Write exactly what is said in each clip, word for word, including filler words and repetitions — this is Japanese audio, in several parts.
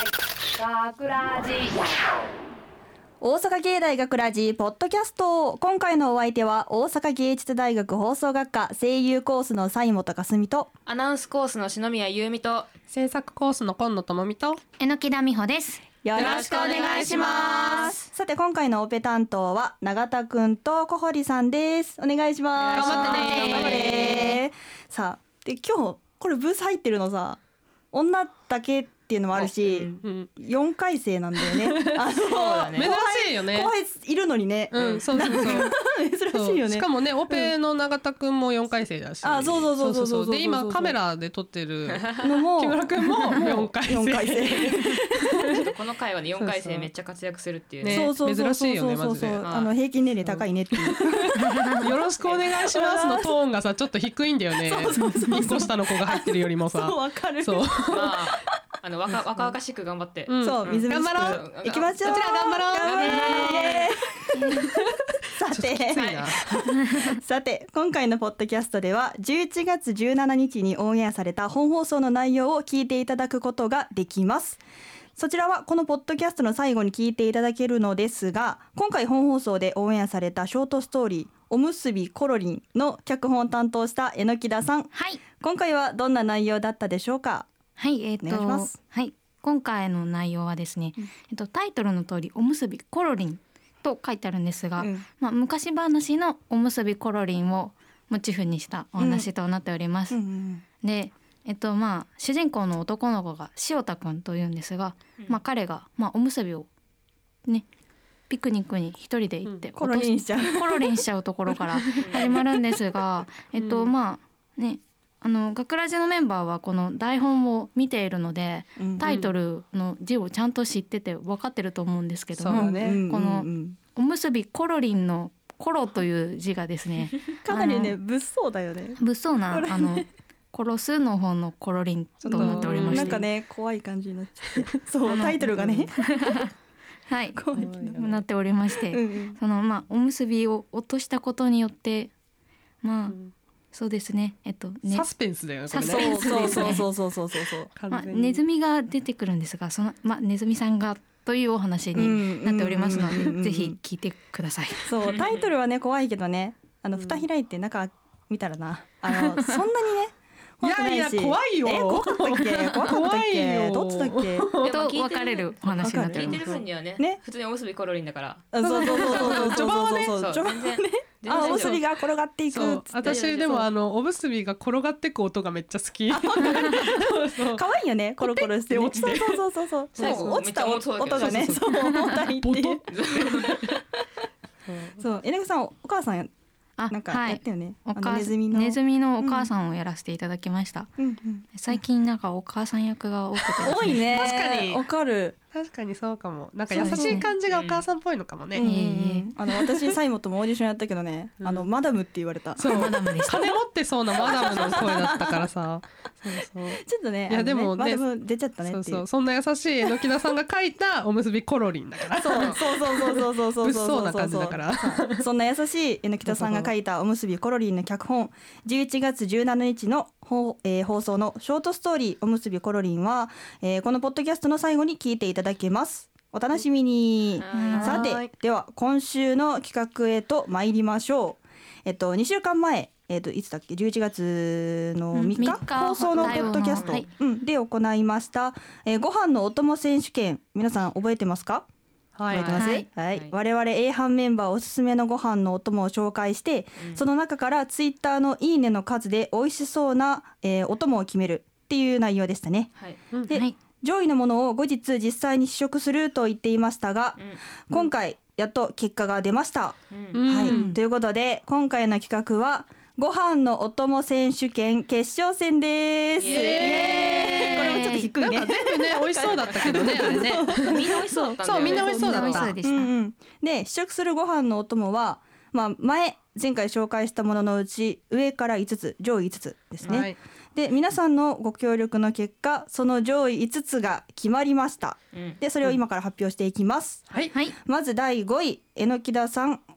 学ラジ大阪芸大学ラジポッドキャスト。今回のお相手は大阪芸術大学放送学科声優コースの西本かすみとアナウンスコースの篠宮優美と制作コースの今野智美と榎木田美穂です。 よろしくお願いします。さて今回のオペ担当は永田くんと小堀さんです。お願いします。 頑張ってね。 頑張れ。さあで今日これブース入ってるのさ女だけっていうのもあるし、うん、よんかい生なんだよね。あのそうだね、珍しいよね。 後輩いるのにね、 うん、そうそうそう珍しいよね。 しかもねオペの永田くんもよんかい生だし、 あ、そうそうそうそうそうそう。 で今カメラで撮ってるのも木村くんもよんかい生。 よんかい生ちょっとこの回はねよんかい生めっちゃ活躍するっていうね。 そうそうそうそう珍しいよねマジで。 あの平均年齢高いねっていうよろしくお願いしますのトーンがさちょっと低いんだよね。いっこ下の子が入ってるよりもさ。 そうわかる。 そう。まああの若若々しく頑張って、 うん、そうみずみずしく頑張ろう。 行きましょう。 こちら頑張ろう。 頑張ろう。さてさて今回のポッドキャストではじゅういちがつじゅうしちにちにオンエアされた本放送の内容を聞いていただくことができます。そちらはこのポッドキャストの最後に聞いていただけるのですが、今回本放送でオンエアされたショートストーリーおむすびコロリンの脚本を担当した榎木田さん、 はい、 今回はどんな内容だったでしょうか。 はい、えー、とお願いします。 はい、今回の内容はですね、うんえっと、タイトルの通りおむすびコロリンと書いてあるんですが、うんまあ、昔話のおむすびコロリンをモチーフにしたお話となっております、うんうん、で、えっとまあ、主人公の男の子が塩田くんというんですが、うんまあ、彼が、まあ、おむすびをねピクニックに一人で行って、うん、 コロリンしちゃうコロリンしちゃうところから始まるんですがえっとまあねあの学ラジのメンバーはこの台本を見ているので、うん、タイトルの字をちゃんと知ってて分かってると思うんですけども、ね、このおむすびコロリンのコロという字がですねかなりね物騒だよね。 物騒なあの殺すの方のコロリンとなっておりまして、 なんかね怖い感じになっちゃってそうタイトルがねはいなっておりまして、うんうん、そのまあおむすびを落としたことによってまあ、うんそうですね。えっとね。 サスペンスだよね。これねそうそうそうそうそうそうそうそう。 まあネズミが出てくるんですが、そのまあネズミさんがというお話になっておりますので、ぜひ聞いてください。 そうタイトルはね怖いけどね、あの蓋開いて中見たらな、あのそんなにね。 いやいや怖いよ。 え怖かったっけ？怖かったっけ？どっちだっけ？ と分かれるお話になっております。 聞いてる分にはね、ね普通におむすびコロリンだから。 そうそうそうそう序盤はね、序盤はね。あ、おむすびが転がっていくっつって。 私でもあのおむすびが転がっていく音がめっちゃ好き。 可愛いよね、コロコロして落ちて。そうそうそうそう。最後落ちた音がね、そう重たいっていう。そう、えなぐさんお母さんなんかやったよね。 あのネズミのネズミのお母さんをやらせていただきました。うんうん、最近なんかお母さん役が多くて、ね、 多いね。 確かにわかる。 確かにそうかも。なんか優しい感じがお母さんっぽいのかもね。 うんうんうん、あの私サイモンともオーディションやったけどね、うん、あのマダムって言われた。 そうマダムです。金持ってそうなマダムの声だったからさ。そうそうちょっとね、 いやでもね、 マダム出ちゃったねっていう。 そうそうそんな優しい榎木田さんが書いたおむすびコロリンだから。 そうそうそうそうそうそうそう物騒な感じだから。 そんな優しい榎木田さんが書いたおむすびコロリンの脚本、じゅういちがつじゅうしちにちの放、えー、放送のショートストーリーおむすびコロリンは、えー、このポッドキャストの最後に聞いていただけます。お楽しみに。さてでは今週の企画へと参りましょう。えっとにしゅうかんまえ、えっといつだっけ、じゅういちがつのみっか、うん、放送のポッドキャスト、はいうん、で行いました、えー、ご飯のお供選手権、皆さん覚えてますか？ はい、 覚えてます？はいはい、我々 A 班メンバーおすすめのご飯のお供を紹介して、うん、その中からツイッターのいいねの数で美味しそうな、えー、お供を決めるっていう内容でしたね。はい、で、はい上位のものを後日実際に試食すると言っていましたが、うん、今回やっと結果が出ました、うんはい、ということで今回の企画はご飯のお供選手権決勝戦です。イエーイこれもちょっと低いね。 なんか全部ね美味しそうだったけどねあれねみんな美味しそうだったんだよね。 そうみんな美味しそうだった。 でした、 うんうん、で試食するご飯のお供は、まあ、前前回紹介したもののうち上からいつつ上位いつつですね、はいで皆さんのご協力の結果その上位いつつが決まりました、うん、でそれを今から発表していきます、 うんはい、 まずだいごい榎木田さん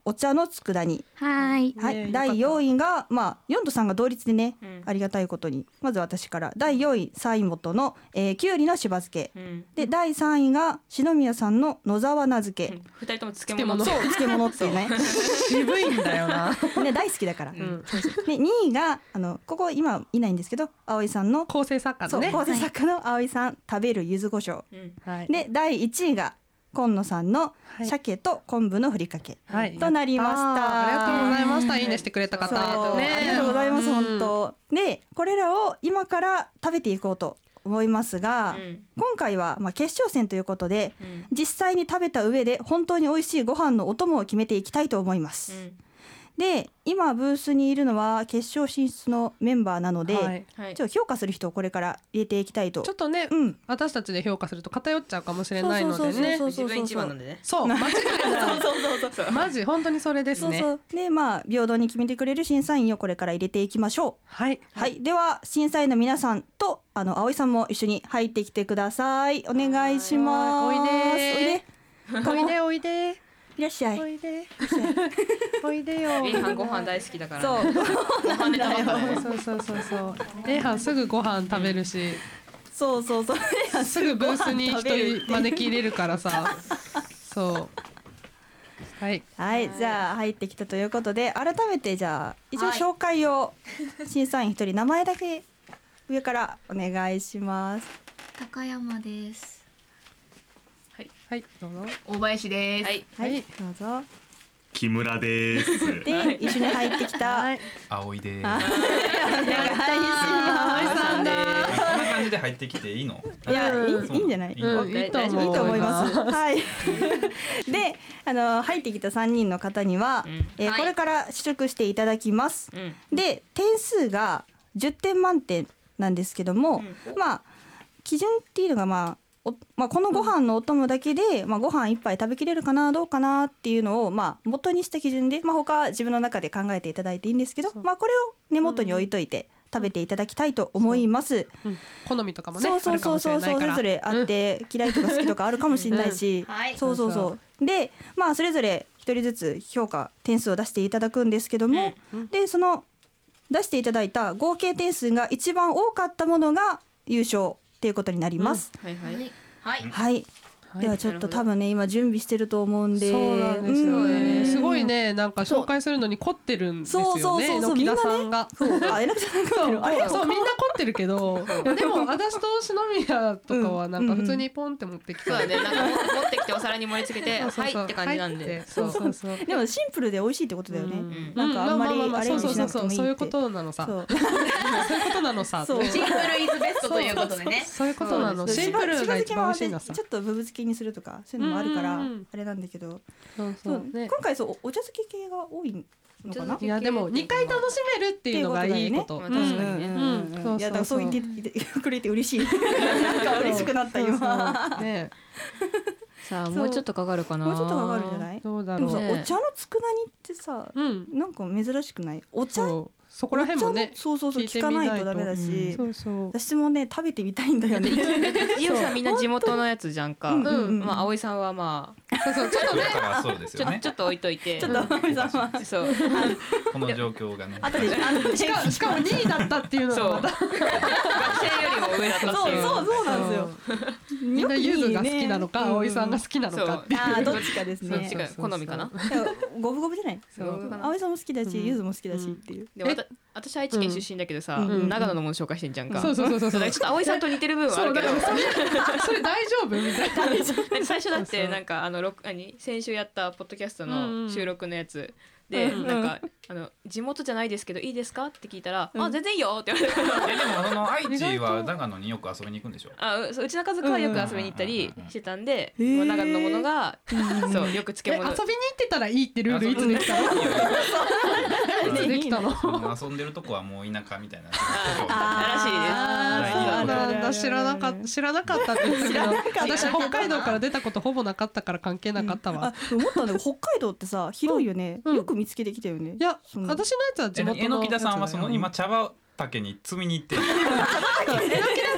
お茶の佃煮。 はい。 はい、 ねえだいよんいが、まあ、よんとさんが同率でね、 うんありがたいことにまず私からだいよんいサイモトの、えー、きゅうりのしば漬け、 うんでだいさんいが篠宮さんの野沢菜漬け、 うん二人とも漬物漬物そう漬物っていうね渋いんだよな。 ね大好きだから、 んでにいがあのここ今いないんですけど葵さんの構成作家そうのね。 構成作家の葵さん食べる柚子胡椒うんはい。 でだいいちいが今野さんのはい鮭と昆布のふりかけ、 はいとなりましたありがとうございました。いいねしてくれた方。 そう、 ねありがとうございます、 うん本当でこれらを今から食べていこうと思いますが、 うん今回はまあ決勝戦ということでうん実際に食べた上で本当に美味しいご飯のお供を決めていきたいと思います、 うんで今ブースにいるのは決勝進出のメンバーなので、 はい。 はいちょっと評価する人をこれから入れていきたいとちょっとね、 うん私たちで評価すると偏っちゃうかもしれないのでね。 そう自分一番なんでねそう、間違いない。 そうそうマジ本当にそれですね。 そうそうでまあ平等に決めてくれる審査員をこれから入れていきましょう。 はい。 はい、では審査員の皆さんとあの葵さんも一緒に入ってきてください。お願いします。 おいでおいで。 おいでおいでいらっしゃい。 おいでおいでよ。 レイハンご飯大好きだからそう。 ご飯ネタばっかねそうそうそうそう。レイハンすぐご飯食べるし、 そうそうそう。 すぐブースに一人招き入れるからさ。そう。はい。 はい、じゃあ入ってきたということで改めてじゃあ一応紹介を審査員一人名前だけ上からお願いします。 高山です。 はい。どうぞ。 大林ですはいはい、 はいどうぞ。 木村です。 で一緒に入ってきた。 はい。 葵です。 あこお願いします。 さんだ。 んな感じで入ってきていいの？ いや、いいうんいいんじゃない？いいうん、いいと思う。 いと思います。はい。で、あの入ってきたさんにんの方には、 うんはいえーこれから試食していただきます。 うんで、点数がじゅってん満点なんですけども、まあ基準っていうのがまあ。おまあ、このご飯のお供だけで、まあ、ご飯一杯食べきれるかなどうかなっていうのを、まあ、元にした基準で、まあ、他は自分の中で考えていただいていいんですけど、まあ、これを根元に置いといて食べていただきたいと思います。 うん好みとかもね。 そうそうそうそうあるかもしれないからそれぞれあって、嫌いとか好きとかあるかもしれないし、 うんはいそうそうそうでまあそれぞれ一人ずつ評価点数を出していただくんですけども、でその出していただいた合計点数が一番多かったものが優勝っていうことになります。 はいはいはい。 はい、 はいではちょっと多分ね今準備してると思うんで、 そうなんですようんね。すごいね、なんか紹介するのに凝ってるんですよね。 そうそうそうそう榎田さんが。 そうあえなくちゃんそうあれそうみんな凝ってるけど、でも私と篠宮とかはなんか普通にポンって持ってきそうた。 だねなんか持ってきてお皿に盛り付けてそうそうそうはいって感じなんではいってそうそうそう。 でもシンプルで美味しいってことだよね、 うんなんかあんまりうまあアレンジしなくてそうもいいってそうそうそういうことなのさ。 そうそういうことなのさ。 そうシンプルイズベストということでね。 そういうことなの。シンプルが一番美味しいのさ。 ちょっとブブ漬けにするとかそういうのもあるからうんうんうんあれなんだけど、 そうそそううね。 今回そうおお茶漬け系が多いのかな。 いやでも二回楽しめるっていうのがいいこと。 っていうことだよねうん確かにねうんそうそうそういやだからそう言っていてくれて嬉しい。なんか嬉しくなったそう今。 そうね。 そうさあもうちょっとかかるかなもうちょっとかかるんじゃない？ どうだろう。 でもさ、 ねお茶の佃煮ってさ、 うん。 なんか珍しくない？お茶そうそこら辺もね。 お茶のそうそうそう聞いて聞かみないとダメだし、 そうそう。 私もね食べてみたいんだよね。 ゆうさんみんな地元のやつじゃんかうんうんうんまあ葵さんはまそうそうちょっとね。 だからそうですよねあちょちょ。っと置いといてちょっと葵さんはそうこの状況がね。 後であのしかもしかもにいだったっていうのそうがまた。 学生よりも上だったっていうそうそうそうなんですよ。 みんなゆずが好きなのか、 よくいいね葵さんが好きなのかっていう。 あーどっちかですね。 そっちが好みかなだから五分五分じゃない。 そう葵さんも好きだし、 うんゆずも好きだしっていう。 でわた私愛知県出身だけどさ、 うん長野のもの紹介してんじゃんか、 そうそうそうそうそうだからちょっと葵さんと似てる部分はあそうるけどだからそれそれ大丈夫みたいな。 だって最初だっそうそうてなんかあの録何先週やったポッドキャストの収録のやつで、 うんなんかあの地元じゃないですけどいいですかって聞いたら、 うんあ全然いいよって言われたえでもあの愛知は長野によく遊びに行くんでしょ。 あうそううちの家族はよく遊びに行ったりしてたんで、 うんうんうん長野のものが、そうよく漬え遊びに物行ってたらいいってルールいつできたの？いつできたの？ 遊んでるとこはもう田舎みたいな。 ああーそうなんだ知らなかった知らなかったって言ったけど私北海道から出たことほぼなかったから関係なかったわ。 あ、思ったんだけど北海道ってさ広いよね。 うんよく見つけてきたよね。 いやその私のやつは地元のえ榎木田さんはそのやつだよ今茶葉竹に摘みに行ってる。 榎木田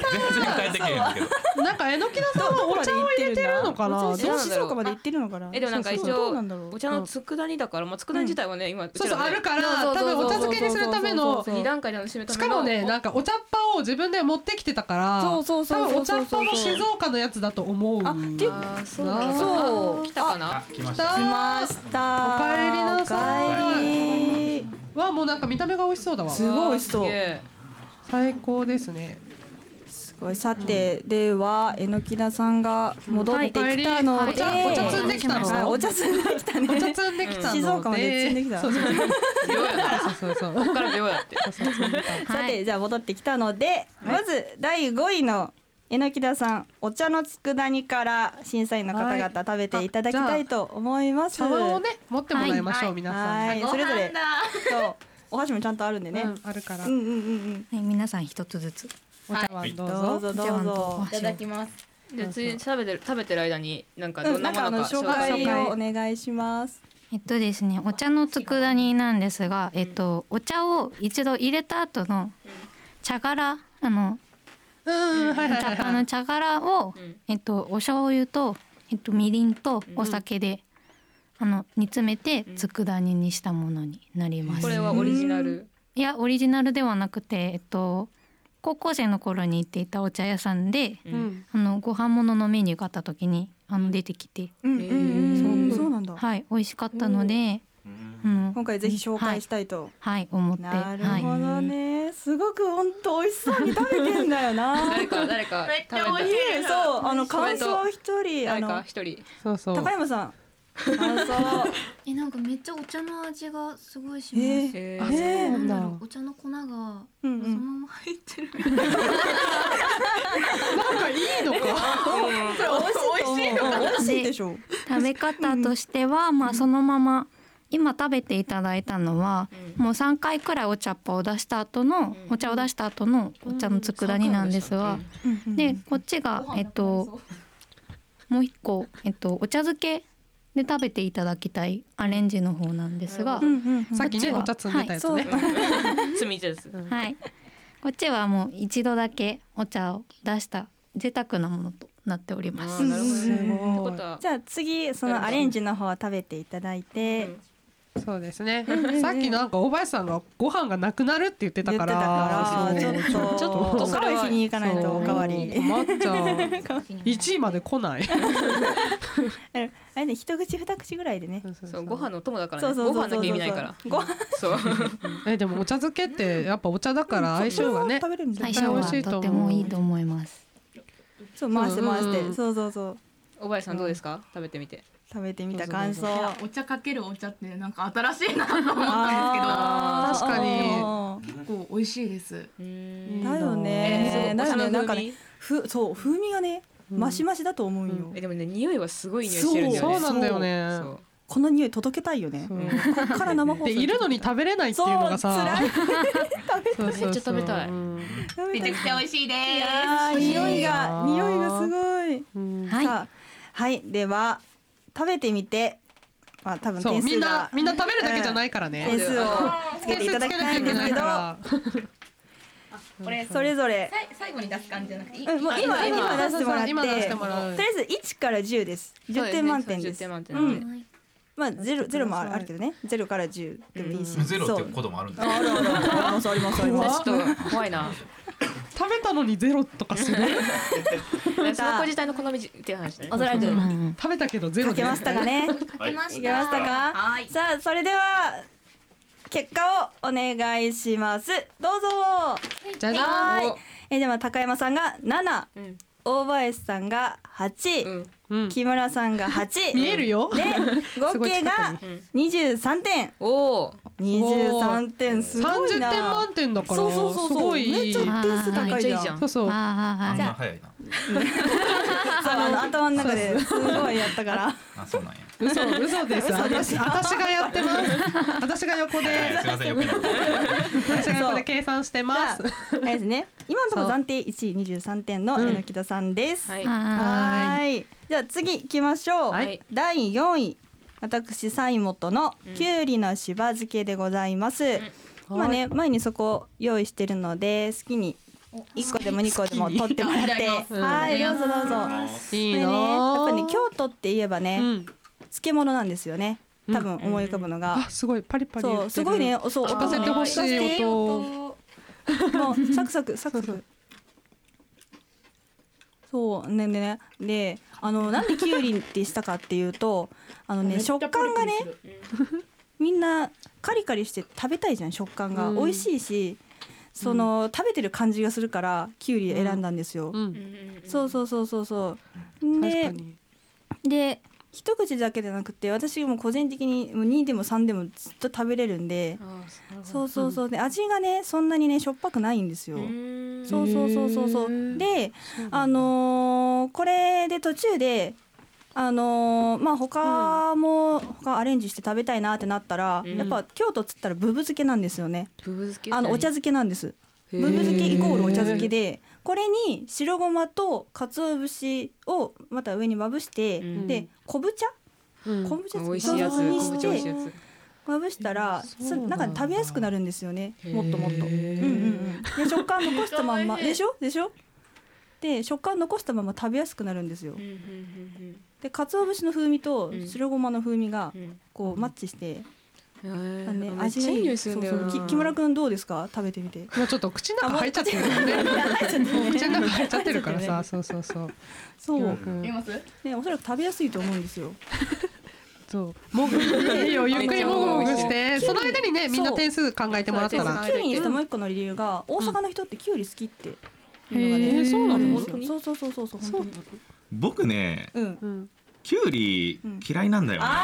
全然変えてけへんけど。 なんか榎田さんはお茶を入れてるのかな。 お茶静岡まで行ってるのかな。 えでもなんか一そうそうど応うなんだろうお茶の佃煮だから、まあ佃煮自体はね今そうそうあるからそうそうそうそう多分お茶漬けにするための二段階で楽しむたしめのかもねなんかお茶っ葉を自分で持ってきてたからそうそうそうそう多分お茶っ葉も静岡のやつだと思う。 あっていうあーそうなのかなそう来たかなあ、来まし来たた。 来ました。 おかえりなさいおかえり。 わもうなんか見た目が美味しそうだわ。 すごい美味しそうすげえ最高ですね。 すごいさて、では榎田さんが戻ってきたので、 お茶お茶摘んできたの。 はいお茶摘んできたね。 お茶摘んできたので。 静岡まで摘んできたそうそうそう秒やなそうそうそう。 ここから秒やってそうそうそうさてじゃあ戻ってきたので、まずだいごいの榎田さんお茶の佃煮から審査員の方々 はい食べていただきたいと思います。 茶碗をね持ってもらいましょう、 はい皆さん。 はいそれぞれそうお箸もちゃんとあるんでね。 うんあるから、 うんうんうんはい、皆さん一つずつ。 お茶碗どう。 うぞ。 どうぞどうお茶碗とぞお。 いただきます。 じゃあ次食べてる食べてる間になんかどうんん、なんかあなものかの紹介紹介をお願いします。 えっとですね、お茶の佃煮なんですが、えっとお茶を一度入れた後の茶殻、あのうんはいはい茶っ葉はいはい。 の茶殻を、 んえっとお醤油とえっとみりんとお酒で、あの煮詰めて佃煮にしたものになります。 これはオリジナルいやオリジナルではなくて、えっと高校生の頃に行っていたお茶屋さんで、 うんあのご飯物のメニューがあった時にあの出てきて、 うんうんうん、 そうそうなんだ。 はい美味しかったので、うん今回ぜひ紹介したいと。 はい思って、 なるはいほどね。すごく本当美味しそうに食べてんだよな。 誰か誰かめっちゃ食べ美味しいいいそうあの感想一人あ誰かの一人そうそう。 高山さん。感想。 えなんかめっちゃお茶の味がすごいします。 えーえあえーそうなんだなんだろうお茶の粉がそのうんうん。 まま入ってる。 なんかいいのか。 美味しいと思う。美味しいでしょ。 食べ方としては、まあそのまま今食べていただいたのは、もうさんかいくらいお茶っ葉を出した後の、お茶を出した後のお茶の佃煮なんですが、でこっちがえっともう一個えっとお茶漬けで食べていただきたいアレンジの方なんですが、 うんうんうん。 さっきねこっちはお茶摘んでたやつね。 罪みたいですはい、こっちはもう一度だけお茶を出した贅沢なものとなっております。 あーなるほどねすごいってことはじゃあ次そのアレンジの方は食べていただいて。 そうですね。さっきなんか大林さんがご飯がなくなるって言ってた言ってたから。 からちょっとちょっとおかわりしに行かないとおかわり。 困っちゃう。一位まで来ない。 あれね一口二口ぐらいでね。 そうご飯のお供だからねそうそうそうそうご飯だけ意味ないからご飯そうえでもお茶漬けってやっぱお茶だから相性がね。 食べれるんだよ相性は美味しいと思うとてもいいと思います。 そう回して回して、 うんうんそうそうそう小林さんどうですか食べてみて食べてみた感想。 いやお茶かけるお茶ってなんか新しいなと思ったんですあー確かにあけど、結構美味しいです。 うんーだよえね。 ーだよね。 お茶のなんかね風味、 ふそう風味がね、マシマシだと思うよ。 えでもね匂いはすごい匂いしてるんだよねそうなんだよね。 そうこの匂い届けたいよね。 そうこっから生放送でいるのに食べれないっていうのがさ。 そう辛いそうそうそうめっちゃ食べたいうん食べたいめちゃくちゃ美味しいでいやーす。 匂いいがやー匂いがすごい。 うんはいさあはいでは食べてみて、まあ多分そう点数がみんなみんな食べるだけじゃないからね。 点数をつけていただきたいんですけど、 これそれぞれ。 さい最後に出す感じじゃなくて、いうんもう今今今出してもらって、 今出してともらうりあえずいちからじゅうです。じゅってん満点です。 じゅってん満点うなんでん。まあゼロゼロもあるあるけどね。ゼロからじゅうでもいいし。 ゼロってそうこともあるんだ。 あるあるありますありますあります。 ちょっと怖いな食べたのにゼロとかする。 その子自体の好みっていう話ねおそらくうんうん食べたけどゼロで。 書けましたかね。 かけました。 いけましたか。 はい。 さあそれでは結果をお願いします。どうぞ。 じゃじゃはーん。 い。えでは高山さんがなな、 うん大林さんがはち、 うんうん木村さんがはち。 見えるよ。 で合計がにじゅうさんてん。 おおにじゅうさんてんすごいな。 三十点満点だからそうそうそうすそう。 ごいいい。 めっちゃ点数高いじゃん。 めっちゃいいじゃんそうそう。 あーあんはいな早いな。 そうあの頭の中ですごいやったから。 あ、そうなんや。 嘘嘘です。私私がやってます。私が横ですいません、よくない。 私が横で計算してます。 あれですね。今のところ暫定いちいにじゅうさんてんの榎田さんです。 はいははーい。じゃあ次行きましょう。 はいだいよんい。私西本のきゅうりのしば漬けでございます。今ね前にそこ用意してるので好きにいっこでもにこでも取ってもらってはいどうぞどうぞいいこれねやなっぱね京都って言えばね、 うん、 漬物なんですよね多分思い浮かぶのが、 あすごいパリパリ言ってるそうすごいねそう聞かせてほしい音もうサクサクサクサクそうねねねであのなんできゅうりってしたかっていうとあのね食感がねみんなカリカリして食べたいじゃん食感が、うん、美味しいしその、うん、食べてる感じがするからきゅうり選んだんですよ、うん、そうそうそうそうそうでで一口だけじゃなくて私も個人的ににでもさんでもずっと食べれるんでそうそうそうで味がねそんなにねしょっぱくないんですよそうそうそうそうそうであのー、これで途中であのー、まあ他も他アレンジして食べたいなってなったら、うん、やっぱ京都っつったらブブ漬けなんですよねブブ漬けあのお茶漬けなんですブブ漬けイコールお茶漬けでこれに白ごまと鰹節をまた上にまぶして、うん、で昆布茶、うん、昆布茶美味しいやつにしてまぶしたらなんか食べやすくなるんですよねもっともっと、うんうんうん、で食感残したまんまでしょでしょで食感残したまま食べやすくなるんですよで鰹節の風味と白ごまの風味がこうマッチして、 うん、 ね、味がいいですよね。木村くんどうですか？食べてみて。 もうちょっと口の中入っちゃってるからね。口の中入っちゃってるからさ、そうそうそう。 そう。見ます？ね、おそらく食べやすいと思うんですよ。 そう。もぐ。いいよ、ゆっくりもぐもぐして、その間にね、みんな点数考えてもらったら。 キュウリにしてもう一個の理由が大阪の人ってキュウリ好きっていうのがね、 そうなの？ そうそうそうそうそう本当に。 僕ね、キュウリ嫌いなんだよね。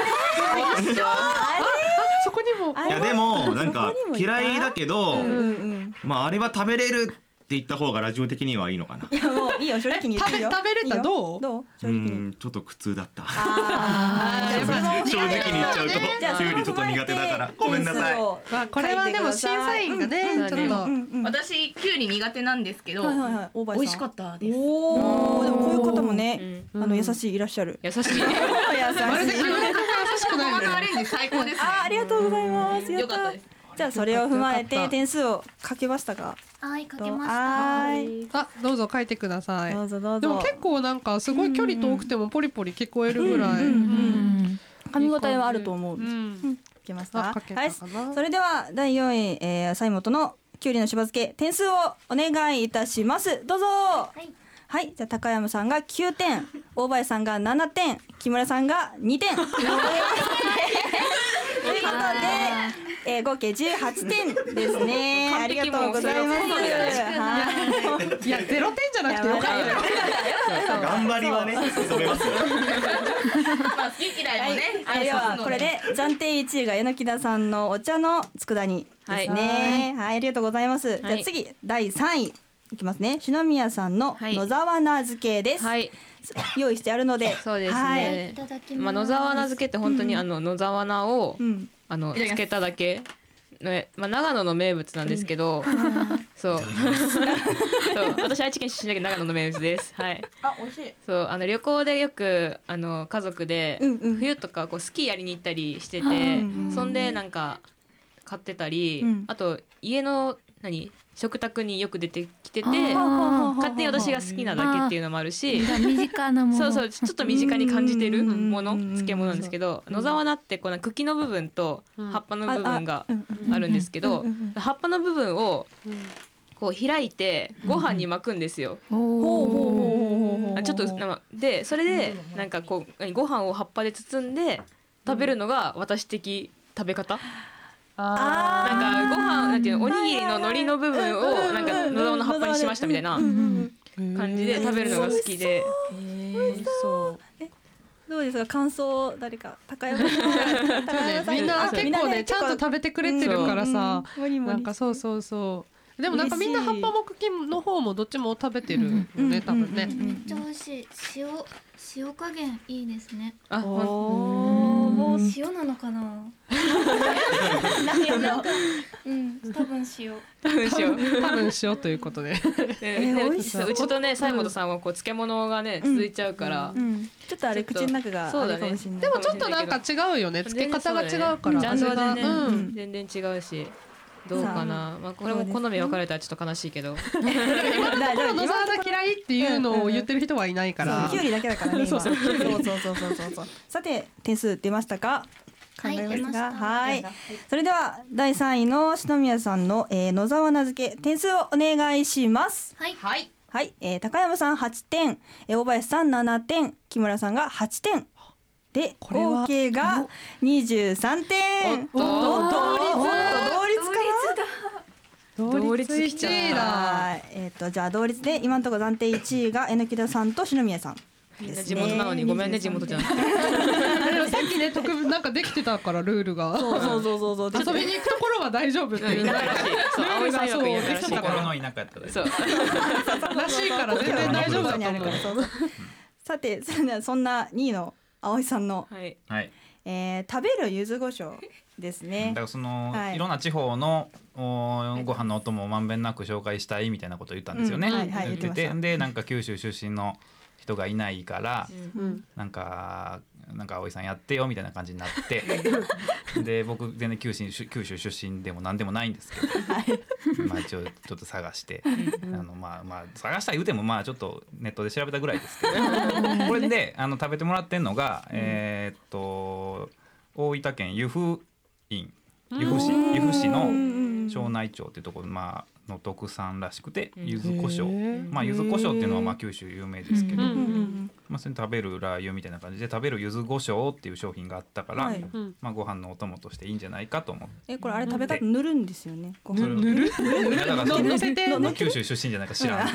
そこにもいやでもなんか嫌いだけど、まああれは食べれるって言った方がラジオ的にはいいのかな。 いやもういいよ正直に言ってよ。 食べれたどう？ どう？正直に。 ちょっと苦痛だった。正直に言っちゃうとキュウリちょっと苦手だからごめんなさい。 これはでも審査員がねちょっと私キュウリ苦手なんですけど美味しかったです。 おおでもこういう方もねあの優しいいらっしゃる。 優しい。優しい。 まるで優しくないね。 アレンジ最高ですね。 あありがとうございます。 よかったです。 じゃあそれを踏まえて点数をかけましたか？ はいかけました。 はい。 あどうぞ書いてください。 どうぞどうぞ。 でも結構なんかすごい距離遠くてもポリポリ聞こえるぐらい。 噛み応えはあると思う。うん。書けました。はい。それではだいよんい西本のきゅうりのしば漬け点数をお願いいたします。どうぞ。はい。はい、じゃあ高山さんがきゅうてん、大林さんがななてん、木村さんがにてん。ということで、えー、合計じゅうはちてんですね。ありがとうございます。 はい。いやゼロてんじゃなくてよかったよ。 頑張りはね、認めますよ。 まあ好き嫌いもね。 はい、ではこれで暫定いちいが柳田さんのお茶の佃煮ですね。はい、ありがとうございます。じゃあ次だいさんい。いきますね。篠宮さんの野沢菜漬けです。はい、用意してあるので。 そうですね。いただきます。まあ野沢菜漬けって本当にあの野沢菜を、うん、あの漬けただけ。ね、まあ長野の名物なんですけど、うん、そう。そう私愛知県出身だけど長野の名物です。はい。 あ、美味しい。 そうあの旅行でよくあの家族で、うんうん、冬とかこうスキーやりに行ったりしてて、うんうん、そんでなんか買ってたり、うん、あと家の何食卓によく出てきてて勝手に私が好きなだけっていうのもあるし身近なものそうそうちょっと身近に感じてるもの漬物なんですけど野沢菜ってこの茎の部分と葉っぱの部分があるんですけど葉っぱの部分をこう開いてご飯に巻くんですよ。ちょっとでそれでなんかこうご飯を葉っぱで包んで食べるのが私的食べ方。あなんかご飯なんていうのおにぎりの海苔の部分をなんか野沢の葉っぱにしましたみたいな感じで食べるのが好きで。 そうどうですか感想誰か高山さんみんな結構ねちゃんと食べてくれてるからさなんかそうそうそうでもなんかみんな葉っぱも茎の方もどっちも食べてるよね多分ね。 めっちゃ美味しい塩塩加減いいですね。 あもう塩なのかな。うん多分塩。 多分塩。 多分塩ということで。 うちとね西本さんはこう漬物がね続いちゃうから。 ちょっとあれ口の中があるかもしれない。 でもちょっとなんか違うよね漬け方が違うから。 ジャンルでね全然違うし。 どうかな、まあ、これも好み分かれたらちょっと悲しいけど今のところ野沢菜嫌いっていうのを言ってる人はいないから、 キュウリだけだからね今。 そうそうそうそうそうそうそう。さて点数出ましたか。考えますが、はい。それではだいさんいの篠宮さんの、えー、野沢菜漬け点数をお願いします。 はいはいはい、えー、高山さんはちてん、えー、大林さんななてん、木村さんがはちてんで合計がにじゅうさんてん。 おっと同率同率かな。 同率いちいだ。 はい、えっ、ー、とじゃあ同率で今のところ暫定いちいが榎田さんと篠宮さん。 みんな地元なのにごめんね地元じゃなくて。 でもさっきね特別なんかできてたからルールが。 そうそうそうそう。 遊びに行くところは大丈夫っていう。 田舎らしい。そう葵さんよく田舎らしい。 心の田舎やったら。 そう。 らしいから全然大丈夫だと思う。 さてそんなにいの葵さんの、 はいはいえー、食べる柚子胡椒ですね。 だからその、 はい、 いろんな地方のおご飯のお供をまんべんなく紹介したいみたいなことを言ったんですよね。 うんはいはい、 言っててでなんか九州出身の人がいないから、 うん、 なんかなんか葵さんやってよみたいな感じになってで僕全然九州九州出身でも何でもないんですけど、はい、まあ一応ちょっと探してあのまあまあ探した言うてもまあちょっとネットで調べたぐらいですけどこれであの食べてもらってんのが、うん、えー、っと大分県由布院由布市由布市の庄内町っていうところ、まあの特産らしくて柚子胡椒、まあ柚子胡椒っていうのはまあ九州有名ですけど、まあそれ食べるラー油みたいな感じで食べる柚子胡椒っていう商品があったから、はい、まあご飯のお供としていいんじゃないかと思って。 えこれあれ食べ方塗るんですよね。 塗る？ だから乗せて九州出身じゃないか知らん。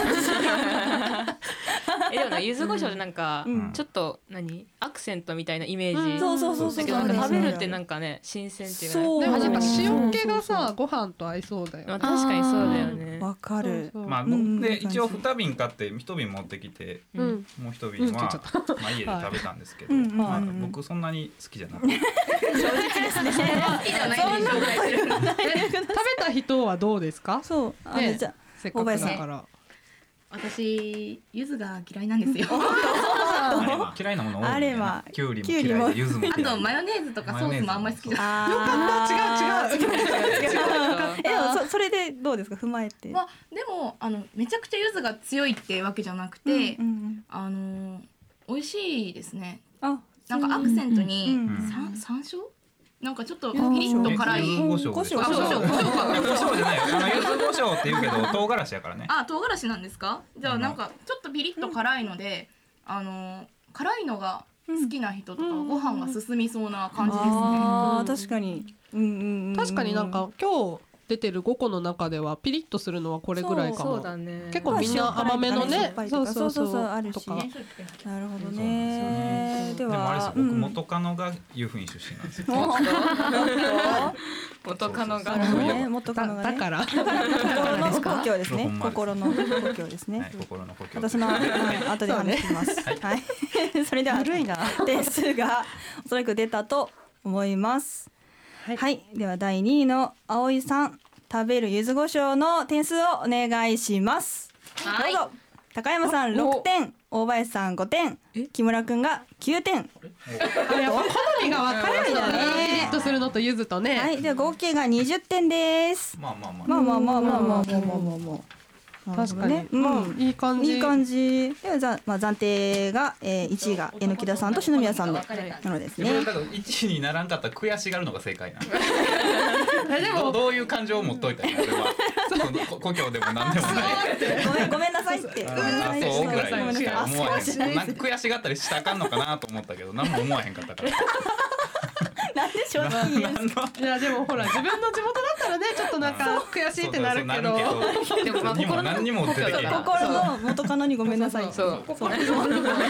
えでもな柚子胡椒ってなんか、うん、ちょっと何アクセントみたいなイメージ、うん、 そうそうそうそう。 だけどなんか食べるってなんかね新鮮っていうか、ね、 そうでもなんか塩気がさご飯と合いそうだよ、ね。 まあ、確かにそうだよね。 わかる。 そうそうまあで一応二瓶買って一瓶持ってきて、うん、もう一瓶は、うん、まあ家で食べたんですけど、はいまあ、僕そんなに好きじゃなくて。 正直ですね。好きじゃないんで紹介する。 食べた人はどうですか？ そうあねじゃせっかくだから。 私柚子が嫌いなんですよ。 嫌いなもの多いね。 あれはきゅうりも嫌いで柚子も嫌い。 あとマヨネーズとかソースもあんまり好きじゃない。よかった違う違う違う違う。 え そ, それでどうですか踏まえて。 まあでもあのめちゃくちゃ柚子が強いってわけじゃなくて、うんうんうん、あの美味しいですね。あなんかアクセントに、うんうん、さ山椒なんかちょっとピリッと辛い。 柚子胡椒。胡椒。胡椒。胡椒じゃないよ。あの柚子胡椒って言うけど唐辛子やからね。 あ、唐辛子なんですか？じゃあなんかちょっとピリッと辛いので、あの辛いのが好きな人とかご飯が進みそうな感じですね。 ああ確かに。うんうんうん。 確かになんか今日出てるごこの中ではピリッとするのはこれぐらいかも。 そうだね。 結構みんな甘めのね。 そうそうそうそうあるし。なるほどね。ではでもあれです僕元カノが由布院出身なんですよ。 元カノが元カノがだから心の故郷ですね。心の故郷ですね。 心の故郷。 私の後で話します。はい。それでは点数がおそらく出たと思います。はい、はい、ではだいにいの葵さん食べる柚子胡椒の点数をお願いします。はい、どうぞ。高山さんろくてん、大林さんごてん、木村くんがきゅうてん。 やっぱ好みが分かれるよね。ピリッとするのと柚子とね。 はい、では合計がにじゅってんです。 まあまあまあまあまあまあまあまあまあまあまあまあ。 確かに、ねうんまあ、いい感じいい感じではざ、まあ、暫定が、えー、いちいが榎田さんと篠宮さんのなのですね。 いちいにならんかったら悔しがるのが正解なでも ど, どういう感情を持っといたのそれは故郷でも何でもないごめんごめんなさいってあそうぐらいしか思わへんなんか悔しがったりしたらあかんのかなと思ったけど何も思わへんかったからなんで正直に言うんですか。 いやでもほら自分の地元だったらねちょっとなんか悔しいってなるけどでも何も何にも出てけへん心の元カノにごめんなさい。 そう心の元カノ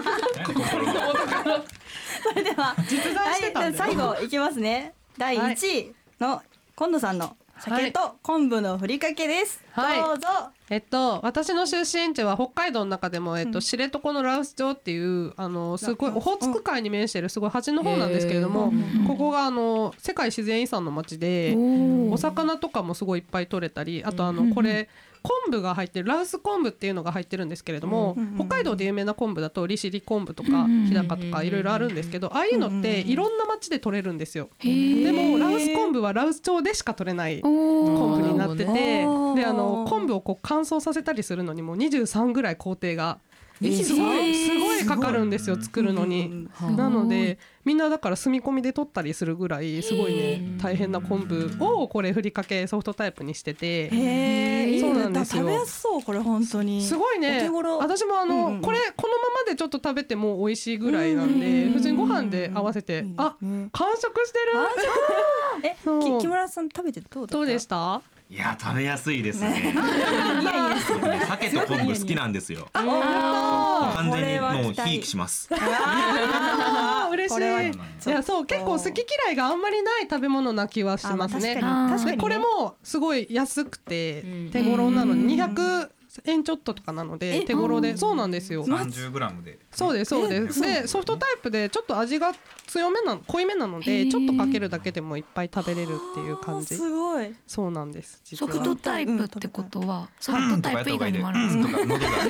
それでは実在してたんだよ最後いきますね。だいいちいの今野さんの鮭と昆布のふりかけです、はい、どうぞ。 えっと私の出身地は北海道の中でも、えっと、知床の羅臼町っていうあのすごいオホーツク海に面しているすごい端の方なんですけれども、ここがあの世界自然遺産の町でお魚とかもすごいいっぱい取れたり、あとあのこれ昆布が入ってる羅臼昆布っていうのが入ってるんですけれども、うんうんうん、北海道で有名な昆布だと利尻昆布とか日高とかいろいろあるんですけど、ああいうのっていろんな町で取れるんですよ。でも羅臼昆布は羅臼町でしか取れない昆布になってて、であの昆布をこう乾燥させたりするのにもにじゅうさんぐらい工程がすごいすごいかかるんですよ、作るのに。なのでみんなだから住み込みで取ったりするぐらいすごいね大変な昆布をこれふりかけソフトタイプにしてて、 へー、 そうなんですよ。 食べやすそうこれ本当にすごいね。私もあの、うんうん、これこのままでちょっと食べても美味しいぐらいなんで、普通にご飯で合わせて、あ、完食してる。 え、木村さん食べてどうだった？ どうでした？ いや食べやすいですね。僕ね鮭と昆布好きなんですよ。完全にもうひいきします。 あ嬉しい。いやそう結構好き嫌いがあんまりない食べ物な気はしますね。でこれもすごい安くて手頃なのににひゃくえんちょっととかなので手頃で、そうなんですよ。 さんじゅうグラムで。 そうですそうです。でソフトタイプでちょっと味が強めな濃いめなのでちょっとかけるだけでもいっぱい食べれるっていう感じ。 すごい。 そうなんです。 ソフトタイプってことはソフトタイプ以外にもあるんですか？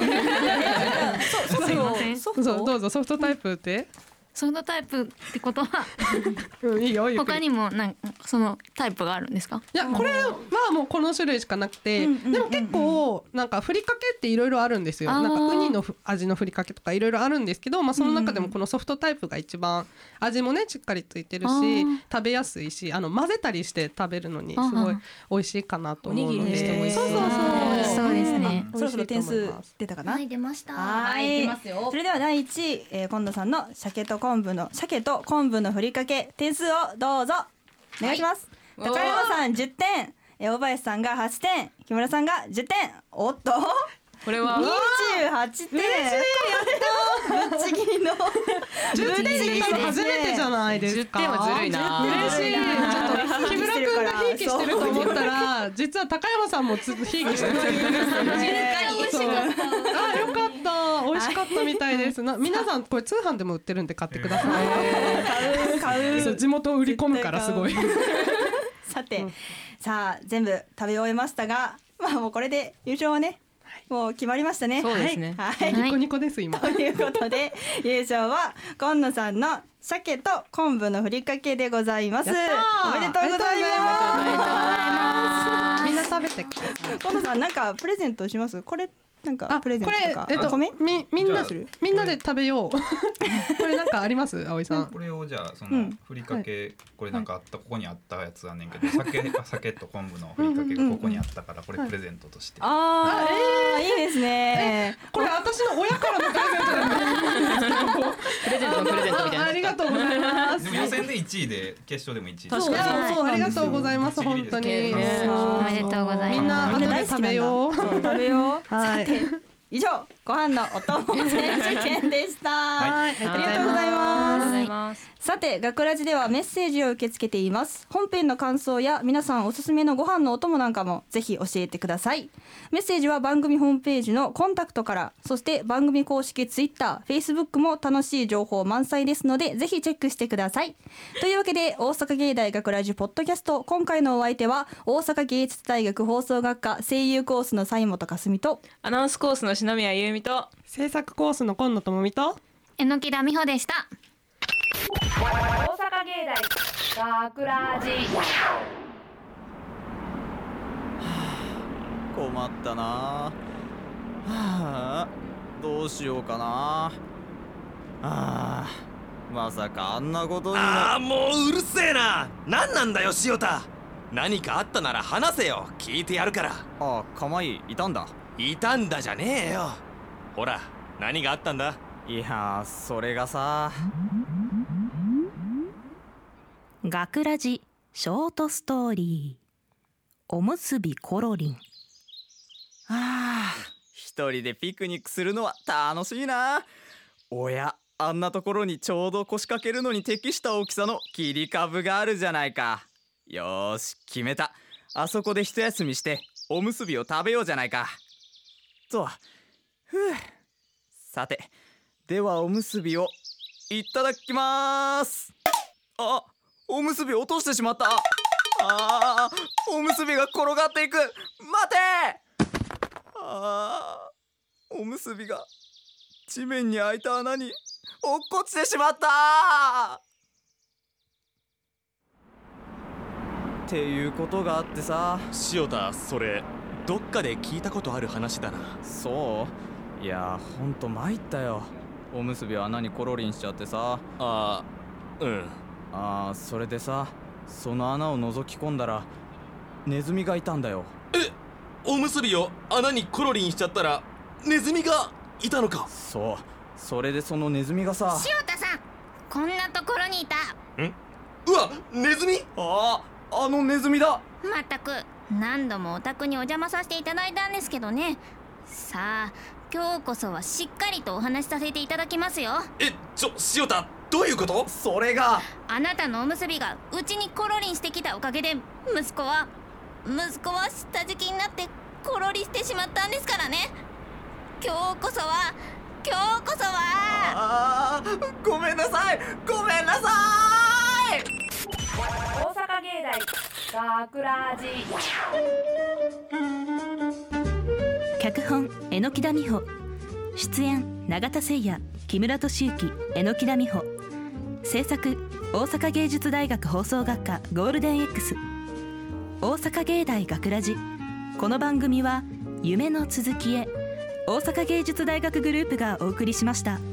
すいません。 そうどうぞソフトタイプって。 ソフトタイプってことはうんいいよいいよ。 他にもなんそのタイプがあるんですか？ いやこれはもうこの種類しかなくて、うんうんうんうん、でも結構なんかふりかけっていろいろあるんですよ。なんかウニの味のふりかけとかいろいろあるんですけど、まあその中でもこのソフトタイプが一番味もねしっかりついてるし食べやすいし、あの混ぜたりして食べるのにすごい美味しいかなと思うので。そうそうそうそうですね。 そろそろ点数出たかな？ はい出ました。 はい、 出ますよ。 それではだいいちい、えー、今野さんの鮭と昆布の鮭と昆布のふりかけ点数をどうぞお願いします。はい、高山さんじゅってん、えー、大林さんがはってん、木村さんがじゅってん。おっとこれはにじゅうはちてん。やったぶっちぎりのじゅってんって初めてじゃないですか。 じゅってんはずるいな。 嬉しい。ちょっと木村くんがひいきしてると思ったら実は高山さんもひいきしてる。あよかった。美味しかったみたいです。な皆さんこれ通販でも売ってるんで買ってください。 買う買う。 そう地元売り込むからすごい。 さて、うん、さあ全部食べ終えましたが、まあもうこれで優勝はね。もう決まりましたね。 そうですね。 はい。 ニコニコです今。 ということで優勝は今野さんの鮭と昆布のふりかけでございます。おめでとうございます。 みんな食べてください。 今野さんなんかプレゼントします？これなんかプレゼントとか。 これえっとみみんなみんなで食べよう。これなんかあります？葵さん。 これをじゃあそのふりかけこれなんかあったここにあったやつあんねんけど、鮭鮭と昆布のふりかけがここにあったからこれプレゼントとして。 ああいいですね。 これ私の親からのプレゼントなんだ。 プレゼントのプレゼントみたいな。 ありがとうございます。 でも予選でいちいで決勝でもいちい。 確かに。そうありがとうございます本当に。 おめでとうございます。 みんな後で食べよう。 食べよう。 はい。 以上ご飯のお供選手権でした。はい、ありがとうございます。さて学ラジではメッセージを受け付けています。本編の感想や皆さんおすすめのご飯のお供なんかもぜひ教えてください。メッセージは番組ホームページのコンタクトから、そして番組公式ツイッター、フェイスブックも楽しい情報満載ですのでぜひチェックしてください。というわけで大阪芸大学ラジポッドキャスト、今回のお相手は大阪芸術大学放送学科声優コースの西本かすみとアナウンスコースの篠宮優美と制作コースの今野智美と榎木田美穂でした。 大阪芸大学ラジ。 困ったな。はあ、どうしようかな。はあ、まさかあんなことに。 ああもううるせえな。何なんだよ塩田。何かあったなら話せよ。聞いてやるから。 あ、釜井いたんだ。 いたんだじゃねえよ。ほら何があったんだ。 いやそれがさ、 学ラジショートストーリーおむすびコロリン。 ああ一人でピクニックするのは楽しいな。おやあんなところにちょうど腰掛けるのに適した大きさの切り株があるじゃないか。よーし決めた。あそこで一休みしておむすびを食べようじゃないかと。ふう、さてではおむすびをいただきます。あ、おむすび落としてしまった。あー、おむすびが転がっていく。待て。 あー、おむすびが地面に開いた穴に落っこちてしまったっていうことがあってさ。 塩田、それどっかで聞いたことある話だな。 そう？いやほんと参ったよ。おむすびは穴にコロリンしちゃってさ。 あー、うん。 あー、それでさ、その穴を覗き込んだらネズミがいたんだよ。 え、おむすびを穴にコロリンしちゃったらネズミがいたのか？ そう、それでそのネズミがさ。 塩田さん、こんなところにいた。 ん？うわ、ネズミ？ ああ、あのネズミだ。 まったく、何度もお宅にお邪魔させていただいたんですけどね。さあ、今日こそはしっかりとお話しさせていただきますよ。 え、ちょ、塩田、どういうこと？ それが、 あなたのおむすびがうちにコロリンしてきたおかげで、息子は息子は下敷きになってコロリしてしまったんですからね。今日こそは今日こそはあー、ごめんなさい、ごめんなさい。 大阪芸大学ラジ。 脚本榎田美穂、出演永田聖也、木村敏之、榎田美穂、制作大阪芸術大学放送学科ゴールデン X、 大阪芸大学ラジ。この番組は夢の続きへ大阪芸術大学グループがお送りしました。